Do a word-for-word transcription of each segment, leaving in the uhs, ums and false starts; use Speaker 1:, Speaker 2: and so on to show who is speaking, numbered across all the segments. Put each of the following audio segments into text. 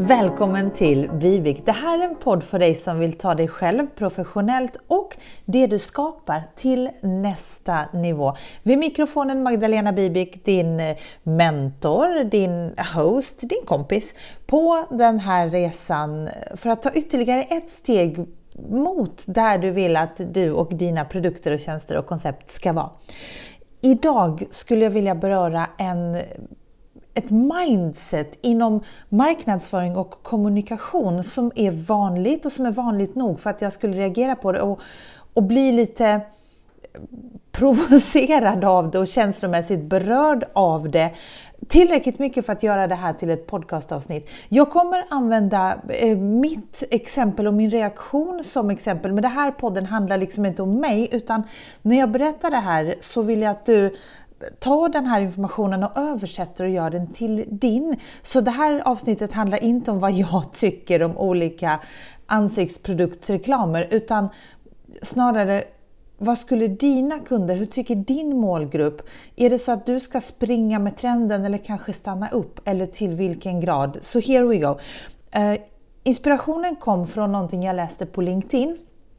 Speaker 1: Välkommen till Vivik. Det här är en podd för dig som vill ta dig själv professionellt och det du skapar till nästa nivå. Vid mikrofonen Magdalena Vivik, din mentor, din host, din kompis på den här resan för att ta ytterligare ett steg mot där du vill att du och dina produkter och tjänster och koncept ska vara. Idag skulle jag vilja beröra en ett mindset inom marknadsföring och kommunikation som är vanligt och som är vanligt nog för att jag skulle reagera på det och, och bli lite provocerad av det och känslomässigt berörd av det. Tillräckligt mycket för att göra det här till ett podcastavsnitt. Jag kommer använda eh, mitt exempel och min reaktion som exempel. Men det här podden handlar liksom inte om mig, utan när jag berättar det här så vill jag att du ta den här informationen och översätter och gör den till din. Så det här avsnittet handlar inte om vad jag tycker om olika ansiktsproduktsreklamer, utan snarare vad skulle dina kunder, hur tycker din målgrupp? Är det så att du ska springa med trenden eller kanske stanna upp, eller till vilken grad? Så here we go. Uh, inspirationen kom från någonting jag läste på LinkedIn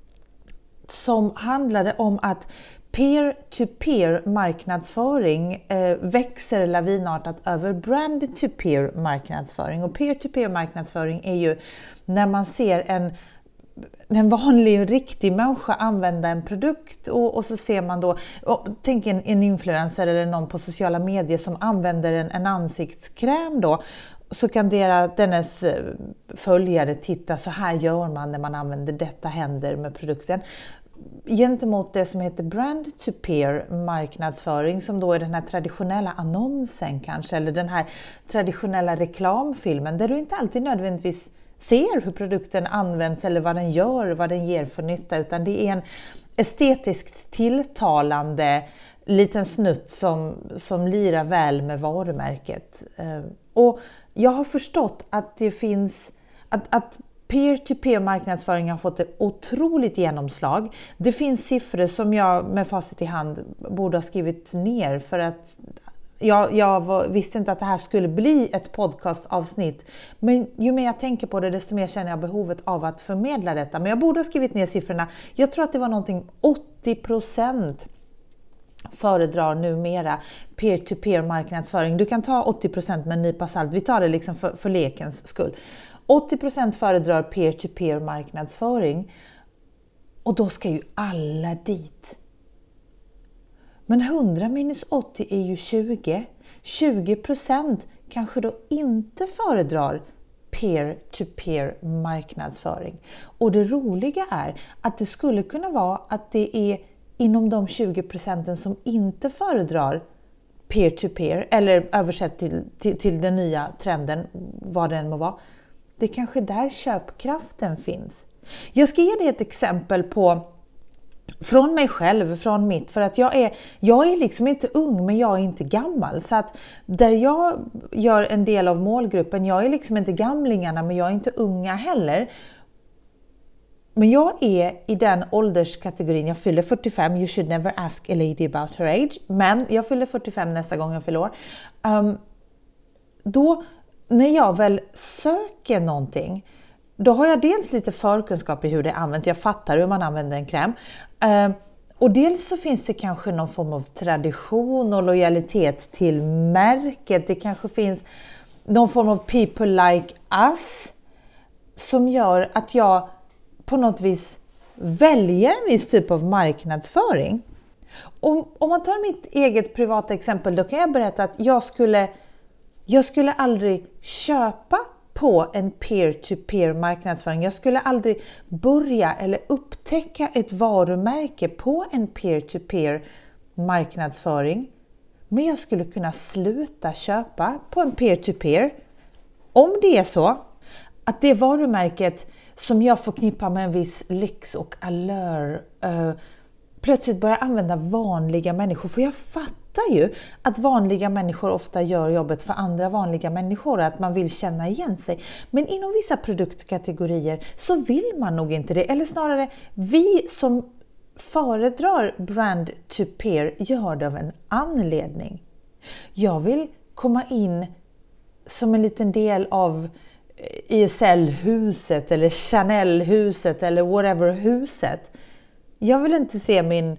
Speaker 1: som handlade om att peer-to-peer marknadsföring eh, växer lavinartat över brand-to-peer marknadsföring. Och peer-to-peer marknadsföring är ju när man ser en, en vanlig och riktig människa använda en produkt och, och så ser man då, och, tänk en, en influencer eller någon på sociala medier som använder en, en ansiktskräm då. Så kan deras, dennes följare titta, så här gör man när man använder detta händer med produkten. Gentemot det som heter brand-to-peer marknadsföring, som då är den här traditionella annonsen kanske, eller den här traditionella reklamfilmen där du inte alltid nödvändigtvis ser hur produkten används eller vad den gör, vad den ger för nytta, utan det är en estetiskt tilltalande liten snutt som, som lirar väl med varumärket. Och jag har förstått att det finns att, att peer-to-peer marknadsföring har fått ett otroligt genomslag. Det finns siffror som jag med facit i hand borde ha skrivit ner, för att jag, jag var, visste inte att det här skulle bli ett podcastavsnitt. Men ju mer jag tänker på det, desto mer känner jag behovet av att förmedla detta. Men jag borde ha skrivit ner siffrorna. Jag tror att det var någonting åttio procent föredrar numera peer-to-peer marknadsföring. Du kan ta åttio procent med en nypa salt. Vi tar det liksom för, för lekens skull. åttio procent föredrar peer-to-peer marknadsföring, och då ska ju alla dit. Men hundra minus åttio är ju tjugo. tjugo procent kanske då inte föredrar peer-to-peer marknadsföring. Och det roliga är att det skulle kunna vara att det är inom de tjugo procenten som inte föredrar peer-to-peer, eller översatt till, till, till den nya trenden, vad den må vara. Det är kanske där köpkraften finns. Jag ska ge dig ett exempel på från mig själv, från mitt, för att jag är, jag är liksom inte ung, men jag är inte gammal. Så att där jag gör en del av målgruppen, jag är liksom inte gamlingarna, men jag är inte unga heller. Men jag är i den ålderskategorin, jag fyller fyrtiofem, you should never ask a lady about her age, men jag fyller fyrtiofem nästa gång jag fyller år. Um, då när jag väl söker någonting, då har jag dels lite förkunskap i hur det används. Jag fattar hur man använder en kräm. Uh, och dels så finns det kanske någon form av tradition och lojalitet till märket. Det kanske finns någon form av people like us som gör att jag på något vis väljer en viss typ av marknadsföring. Om, om man tar mitt eget privata exempel, då kan jag berätta att jag skulle Jag skulle aldrig köpa på en peer-to-peer marknadsföring. Jag skulle aldrig börja eller upptäcka ett varumärke på en peer-to-peer marknadsföring. Men jag skulle kunna sluta köpa på en peer-to-peer om det är så att det varumärket som jag förknippar med en viss lyx och allure uh, plötsligt börjar använda vanliga människor. För jag fattar ju att vanliga människor ofta gör jobbet för andra vanliga människor, att man vill känna igen sig. Men inom vissa produktkategorier så vill man nog inte det. Eller snarare, vi som föredrar brand to peer gör det av en anledning. Jag vill komma in som en liten del av E S L-huset eller Chanel-huset eller whatever-huset. Jag vill inte se min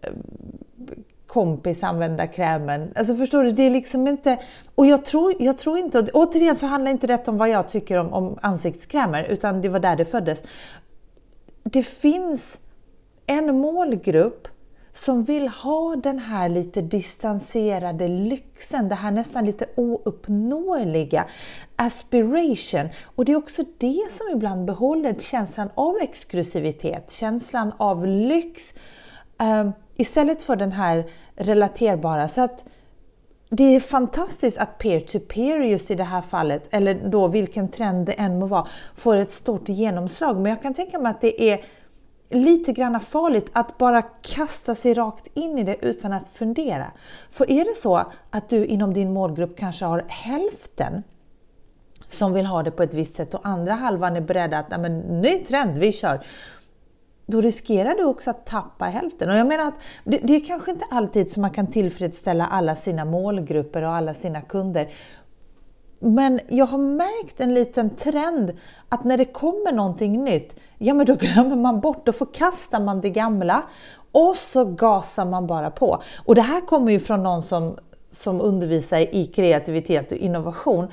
Speaker 1: kompis använda krämen. Alltså förstår du, det är liksom inte... Och jag tror, jag tror inte... Och återigen så handlar inte det om vad jag tycker om, om ansiktskrämer, utan det var där det föddes. Det finns en målgrupp som vill ha den här lite distanserade lyxen, det här nästan lite ouppnåeliga aspiration. Och det är också det som ibland behåller känslan av exklusivitet, känslan av lyx, um, istället för den här relaterbara. Så att det är fantastiskt att peer-to-peer just i det här fallet, eller då vilken trend det än må vara, får ett stort genomslag. Men jag kan tänka mig att det är lite grann farligt att bara kasta sig rakt in i det utan att fundera. För är det så att du inom din målgrupp kanske har hälften som vill ha det på ett visst sätt och andra halvan är beredda att, nej men ny trend, vi kör. Då riskerar du också att tappa hälften. Och jag menar att det, det är kanske inte alltid som man kan tillfredsställa alla sina målgrupper och alla sina kunder. Men jag har märkt en liten trend att när det kommer någonting nytt, ja men då glömmer man bort, då förkastar man det gamla och så gasar man bara på. Och det här kommer ju från någon som, som undervisar i kreativitet och innovation.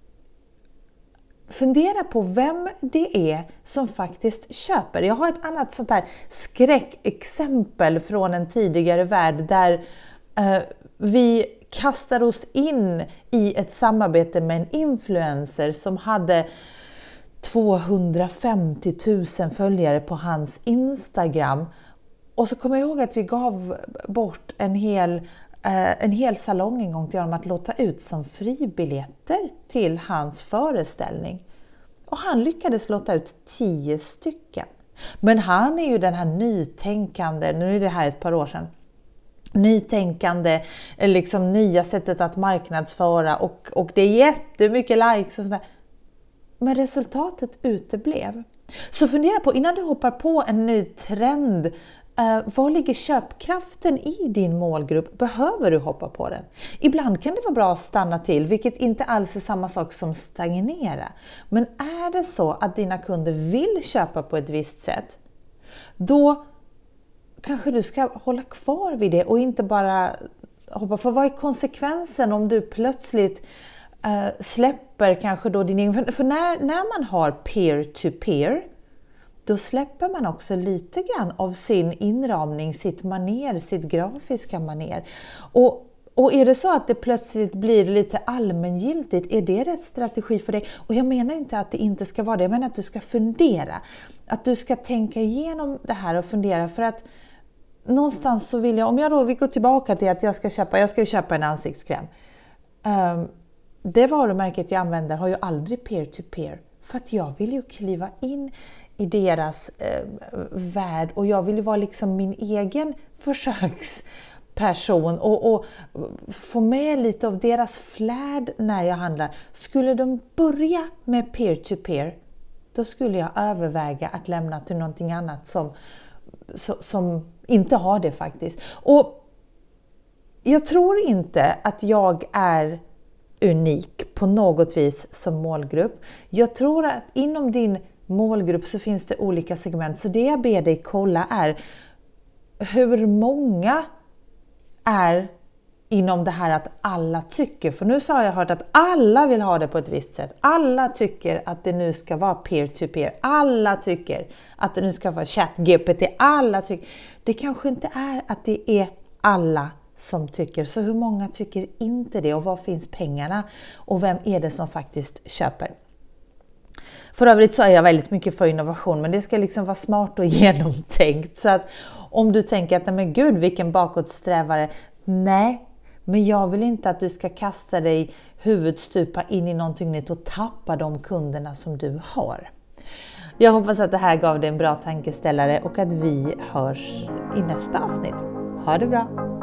Speaker 1: Fundera på vem det är som faktiskt köper. Jag har ett annat sånt här skräckexempel från en tidigare värld där eh, vi kastar oss in i ett samarbete med en influencer som hade tvåhundrafemtio tusen följare på hans Instagram. Och så kommer jag ihåg att vi gav bort en hel, eh, en hel salong en gång till honom att låta ut som fribiljetter till hans föreställning. Och han lyckades låta ut tio stycken. Men han är ju den här nytänkande, nu är det här ett par år sedan, nytänkande, liksom nya sättet att marknadsföra och, och det är jättemycket likes och sådär. Men resultatet uteblev. Så fundera på innan du hoppar på en ny trend, eh, var ligger köpkraften i din målgrupp? Behöver du hoppa på den? Ibland kan det vara bra att stanna till, vilket inte alls är samma sak som stagnera. Men är det så att dina kunder vill köpa på ett visst sätt, då kanske du ska hålla kvar vid det och inte bara hoppa. För vad är konsekvensen om du plötsligt uh, släpper kanske då din egen... För, för när, när man har peer-to-peer, då släpper man också lite grann av sin inramning, sitt maner, sitt grafiska maner. Och Och är det så att det plötsligt blir lite allmängiltigt, är det rätt strategi för dig? Och jag menar inte att det inte ska vara det, jag menar att du ska fundera. Att du ska tänka igenom det här och fundera, för att någonstans så vill jag, om jag då vill gå tillbaka till att jag ska köpa, jag ska köpa en ansiktskräm. Um, det varumärket jag använder har ju aldrig peer-to-peer. För att jag vill ju kliva in i deras eh, värld och jag vill ju vara liksom min egen försöks person och, och få med lite av deras flärd när jag handlar. Skulle de börja med peer-to-peer, då skulle jag överväga att lämna till någonting annat som, som inte har det faktiskt. Och jag tror inte att jag är unik på något vis som målgrupp. Jag tror att inom din målgrupp så finns det olika segment. Så det jag ber dig kolla är hur många är inom det här att alla tycker. För nu så har jag hört att alla vill ha det på ett visst sätt. Alla tycker att det nu ska vara peer-to-peer. Alla tycker att det nu ska vara chat-G P T. Alla tycker. Det kanske inte är att det är alla som tycker. Så hur många tycker inte det? Och var finns pengarna? Och vem är det som faktiskt köper? För övrigt så är jag väldigt mycket för innovation, men det ska liksom vara smart och genomtänkt. Så att om du tänker att nej men gud vilken bakåtsträvare, nej, men jag vill inte att du ska kasta dig huvudstupa in i någonting nytt och tappa de kunderna som du har. Jag hoppas att det här gav dig en bra tankeställare och att vi hörs i nästa avsnitt. Ha det bra!